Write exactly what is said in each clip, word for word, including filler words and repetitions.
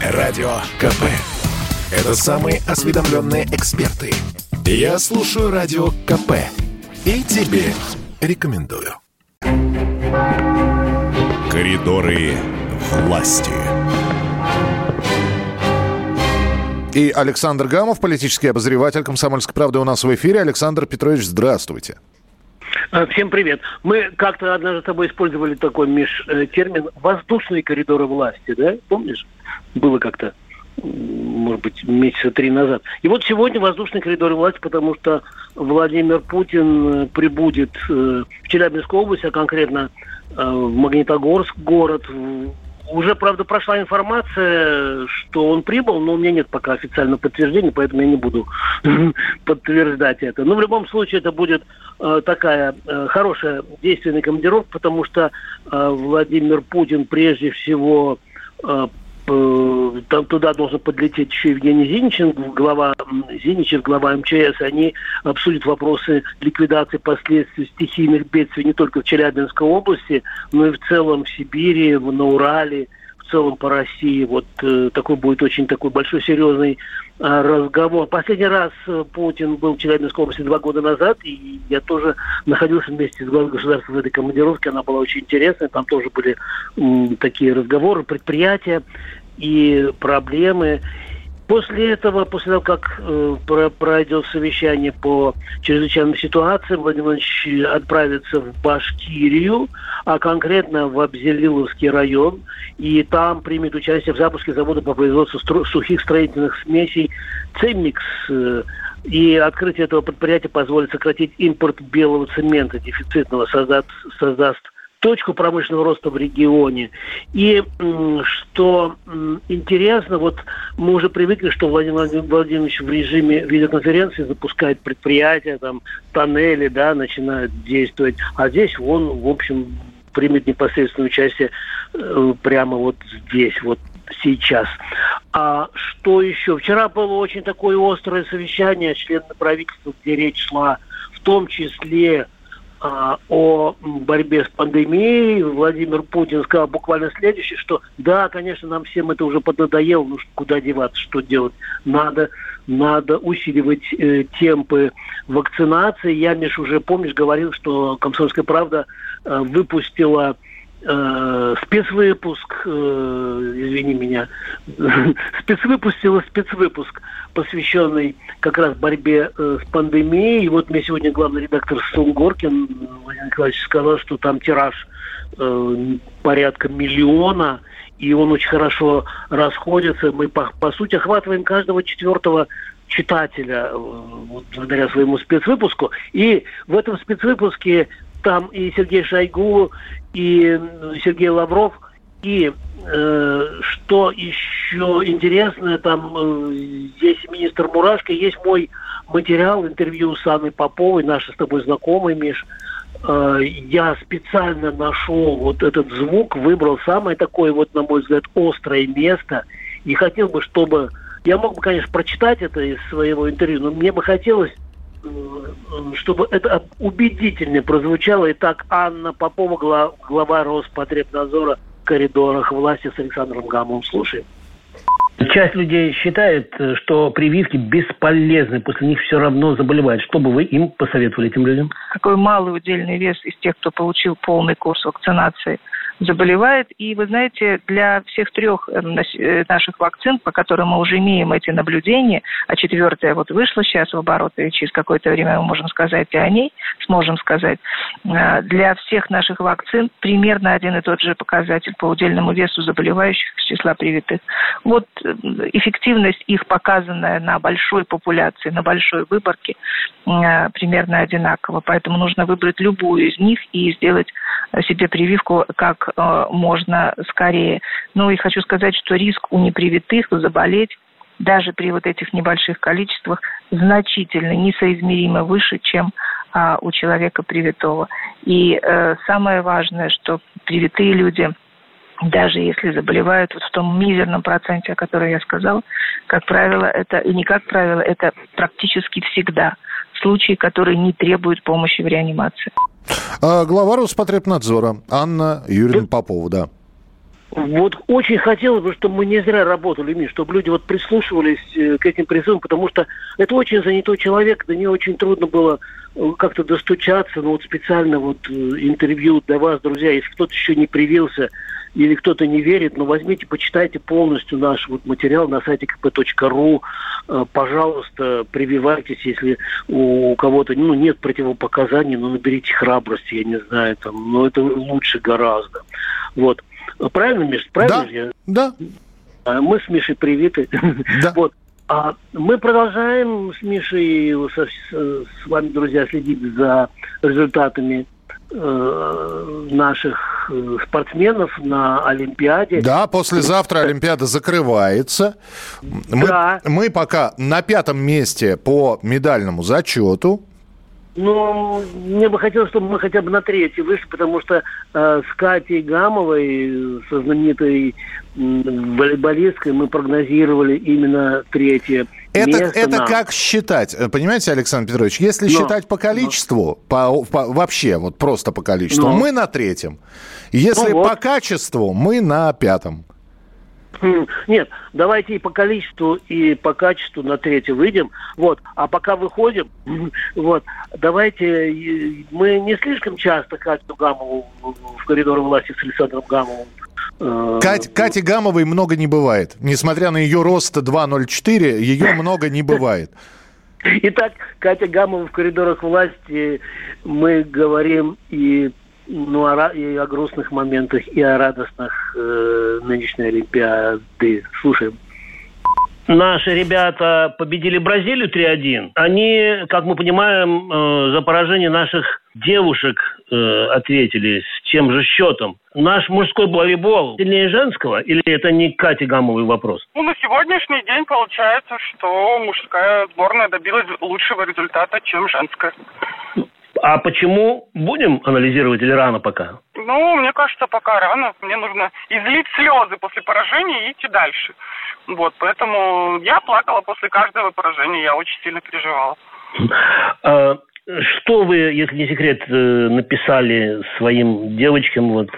Радио КП. Это самые осведомленные эксперты. Я слушаю Радио КП и тебе рекомендую. Коридоры власти. И Александр Гамов, политический обозреватель «Комсомольской правды», у нас в эфире. Александр Петрович, здравствуйте. Всем привет. Мы как-то однажды с тобой использовали такой, Миш, термин «воздушные коридоры власти», да? Помнишь? Было как-то, может быть, месяца три назад. И вот сегодня воздушные коридоры власти, потому что Владимир Путин прибудет в Челябинскую область, а конкретно в Магнитогорск, город. Уже, правда, прошла информация, что он прибыл, но у меня нет пока официального подтверждения, поэтому я не буду подтверждать это. Но в любом случае это будет э, такая э, хорошая действенная командировка, потому что э, Владимир Путин прежде всего э, э, там туда должен подлететь еще Евгений Зиничев, глава Зиничев, глава эм че эс. Они обсудят вопросы ликвидации последствий стихийных бедствий не только в Челябинской области, но и в целом в Сибири, на Урале, в целом по России. Вот э, такой будет очень такой большой серьезный э, разговор. Последний раз э, Путин был в Челябинской области два года назад, и я тоже находился вместе с главой государства в этой командировке. Она была очень интересная. Там тоже были э, такие разговоры, предприятия и проблемы. После этого, после того, как э, про- пройдет совещание по чрезвычайной ситуации, Владимир Владимирович отправится в Башкирию, а конкретно в Абзелиловский район, и там примет участие в запуске завода по производству стру- сухих строительных смесей «Цемникс». Э, и открытие этого предприятия позволит сократить импорт белого цемента дефицитного, создаст, создаст точку промышленного роста в регионе. И что интересно, вот мы уже привыкли, что Владимир Владимирович в режиме видеоконференции запускает предприятия, там, тоннели, да, начинают действовать. А здесь он, в общем, примет непосредственное участие э, прямо вот здесь, вот сейчас. А что еще? Вчера было очень такое острое совещание членов правительства, где речь шла в том числе о борьбе с пандемией. Владимир Путин сказал буквально следующее, что да, конечно, нам всем это уже поднадоело, ну куда деваться, что делать? Надо, надо усиливать э, темпы вакцинации. Я, Миш, уже, помнишь, говорил, что «Комсомольская правда» э, выпустила э, спецвыпуск, э, извини меня, спецвыпустила спецвыпуск, посвященный как раз борьбе э, с пандемией. И вот мне сегодня главный редактор Сунгоркин Владимир Николаевич сказал, что там тираж э, порядка миллиона, и он очень хорошо расходится. Мы, по, по сути, охватываем каждого четвертого читателя э, вот, благодаря своему спецвыпуску. И в этом спецвыпуске там и Сергей Шойгу, и Сергей Лавров, и э, что еще интересно, там э, есть министр Мурашко, есть мой материал, интервью с Анной Поповой, нашей с тобой знакомой, Миш. Э, я специально нашел вот этот звук, выбрал самое такое, вот, на мой взгляд, острое место. И хотел бы, чтобы... Я мог бы, конечно, прочитать это из своего интервью, но мне бы хотелось, чтобы это убедительнее прозвучало. Итак, Анна Попова, глава Роспотребнадзора, в коридорах власти с Александром Гамовым. Слушаем. Часть людей считает, что прививки бесполезны, после них все равно заболевают. Что бы вы им посоветовали, этим людям? Такой малый удельный вес из тех, кто получил полный курс вакцинации, заболевает. И, вы знаете, для всех трех наших вакцин, по которым мы уже имеем эти наблюдения, а четвертая вот вышла сейчас в оборот, и через какое-то время мы можем сказать и о ней, сможем сказать, для всех наших вакцин примерно один и тот же показатель по удельному весу заболевающих из числа привитых. Вот эффективность их, показанная на большой популяции, на большой выборке, примерно одинакова. Поэтому нужно выбрать любую из них и сделать себе прививку как э, можно скорее. Ну и хочу сказать, что риск у непривитых заболеть даже при вот этих небольших количествах значительно, несоизмеримо выше, чем э, у человека привитого. И э, самое важное, что привитые люди, даже если заболевают вот в том мизерном проценте, о котором я сказала, как правило, это, и не как правило, это практически всегда случаи, которые не требуют помощи в реанимации. А, глава Роспотребнадзора Анна Юрьевна Попова, да. Вот очень хотелось бы, чтобы мы не зря работали, Миш, чтобы люди вот прислушивались к этим призывам, потому что это очень занятой человек, до него очень трудно было как-то достучаться, но вот специально вот интервью для вас, друзья, если кто-то еще не привился или кто-то не верит, но возьмите, почитайте полностью наш вот материал на сайте ка пэ точка ру, пожалуйста, прививайтесь, если у кого-то ну, нет противопоказаний, ну наберите храбрости, я не знаю, там, но это лучше гораздо. Вот. Правильно, Миш? Правильно? Да, да. Мы с Мишей привиты. Да. Вот. А мы продолжаем с Мишей, со, с вами, друзья, следить за результатами э, наших спортсменов на Олимпиаде. Да, послезавтра Олимпиада закрывается. Мы, да. мы пока на пятом месте по медальному зачету. Ну, мне бы хотелось, чтобы мы хотя бы на третий вышли, потому что э, с Катей Гамовой, со знаменитой э, волейболисткой, мы прогнозировали именно третье это, место. Это нам. как считать? Понимаете, Александр Петрович, если но, считать по количеству, по, по, вообще, вот просто по количеству, но. мы на третьем. Если ну, вот. по качеству, мы на пятом. Нет, давайте и по количеству, и по качеству на третье выйдем. Вот. А пока выходим, вот, давайте, мы не слишком часто Катю Гамову в коридоры власти с Александром Гамовым. Кать, Кати Гамовой много не бывает. Несмотря на ее рост два ноль четыре, ее много не бывает. Итак, Катя Гамова в коридорах власти. Мы говорим и Ну, о, и о грустных моментах, и о радостных э, нынешней Олимпиады. Слушаем. Наши ребята победили Бразилию три один. Они, как мы понимаем, э, за поражение наших девушек э, ответили с тем же счетом. Наш мужской волейбол сильнее женского? Или это не Кате Гамовой вопрос? Ну, на сегодняшний день получается, что мужская сборная добилась лучшего результата, чем женская. А почему? Будем анализировать или рано пока? Ну, мне кажется, пока рано. Мне нужно излить слезы после поражения и идти дальше. Вот, поэтому я плакала после каждого поражения. Я очень сильно переживала. А что вы, если не секрет, написали своим девочкам? Вот,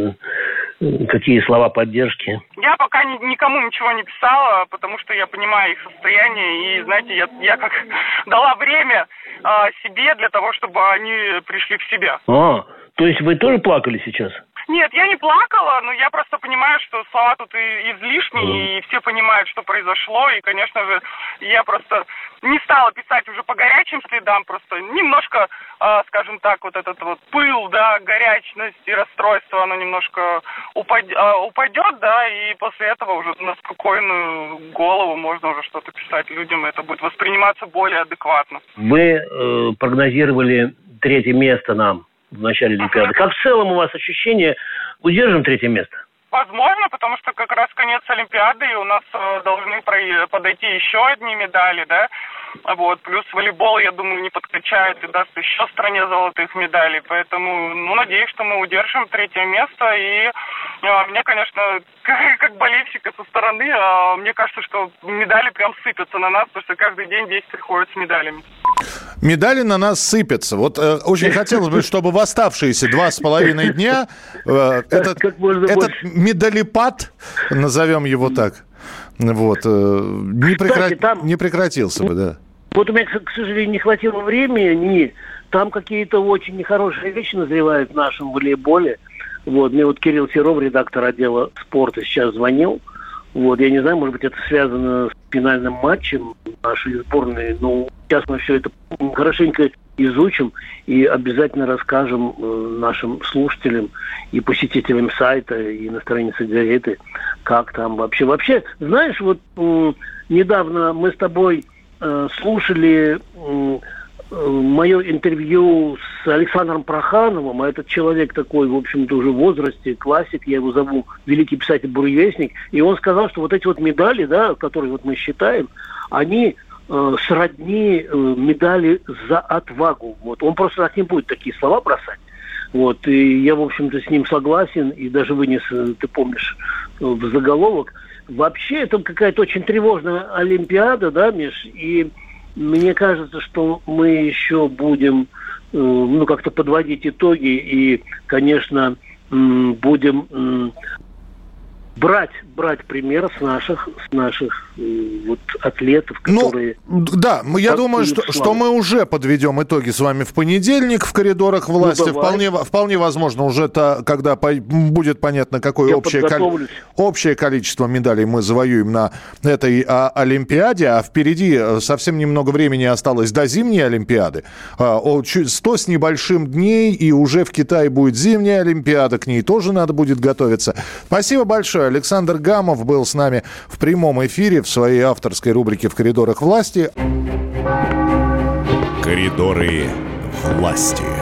какие слова поддержки? Я пока ни, никому ничего не писала, потому что я понимаю их состояние. И, знаете, я, я как дала время а, себе для того, чтобы они пришли в себя. А, то есть вы тоже плакали сейчас? Нет, я не плакала, но я просто понимаю, что слова тут и излишни, mm. и все понимают, что произошло. И, конечно же, я просто не стала писать уже по горячим следам, просто немножко, э, скажем так, вот этот вот пыл, да, горячность и расстройство, оно немножко упадет, э, упадет, да, и после этого уже на спокойную голову можно уже что-то писать людям, и это будет восприниматься более адекватно. Вы э, прогнозировали третье место нам в начале Олимпиады. Как в целом у вас ощущение, удержим третье место? Возможно, потому что как раз конец Олимпиады, и у нас э, должны про- подойти еще одни медали, да, вот, плюс волейбол, я думаю, не подкачает и даст еще стране золотых медалей, поэтому, ну, надеюсь, что мы удержим третье место, и э, мне, конечно, как, как болельщика со стороны, э, мне кажется, что медали прям сыпятся на нас, потому что каждый день здесь приходят с медалями. Медали на нас сыпятся. Вот э, очень хотелось бы, чтобы в оставшиеся два с половиной дня э, этот, этот медалипад, назовем его так, вот, э, не, прекра... Кстати, там... не прекратился бы, да. Вот у меня, к сожалению, не хватило времени. Там какие-то очень нехорошие вещи назревают в нашем волейболе. Вот, мне вот Кирилл Серов, редактор отдела спорта, сейчас звонил. Вот, я не знаю, может быть, это связано с финальным матчем нашей сборной. Но сейчас мы все это хорошенько изучим и обязательно расскажем э, нашим слушателям и посетителям сайта, и на странице газеты, как там вообще. Вообще, знаешь, вот э, недавно мы с тобой э, слушали э, мое интервью с Александром Прохановым, а этот человек такой, в общем-то, уже в возрасте, классик, я его зову, великий писатель-буревестник, и он сказал, что вот эти вот медали, да, которые вот мы считаем, они э, сродни э, медали за отвагу. Вот. Он просто так не будет такие слова бросать. Вот. И я, в общем-то, с ним согласен, и даже вынес, ты помнишь, в заголовок. Вообще, это какая-то очень тревожная Олимпиада, да, Миш, и мне кажется, что мы еще будем э, ну, как-то подводить итоги и, конечно, м, будем м, брать, брать пример с наших, с наших вот, атлетов, которые... Ну, да, я думаю, что, что мы уже подведем итоги с вами в понедельник в коридорах власти. Ну, вполне, вполне возможно, уже то, когда по, будет понятно, какое общее, кол... общее количество медалей мы завоюем на этой а, Олимпиаде. А впереди совсем немного времени осталось до зимней Олимпиады. А, сто с небольшим дней, и уже в Китае будет зимняя Олимпиада. К ней тоже надо будет готовиться. Спасибо большое. Александр Гамов был с нами в прямом эфире в своей авторской рубрике «В коридорах власти». Коридоры власти.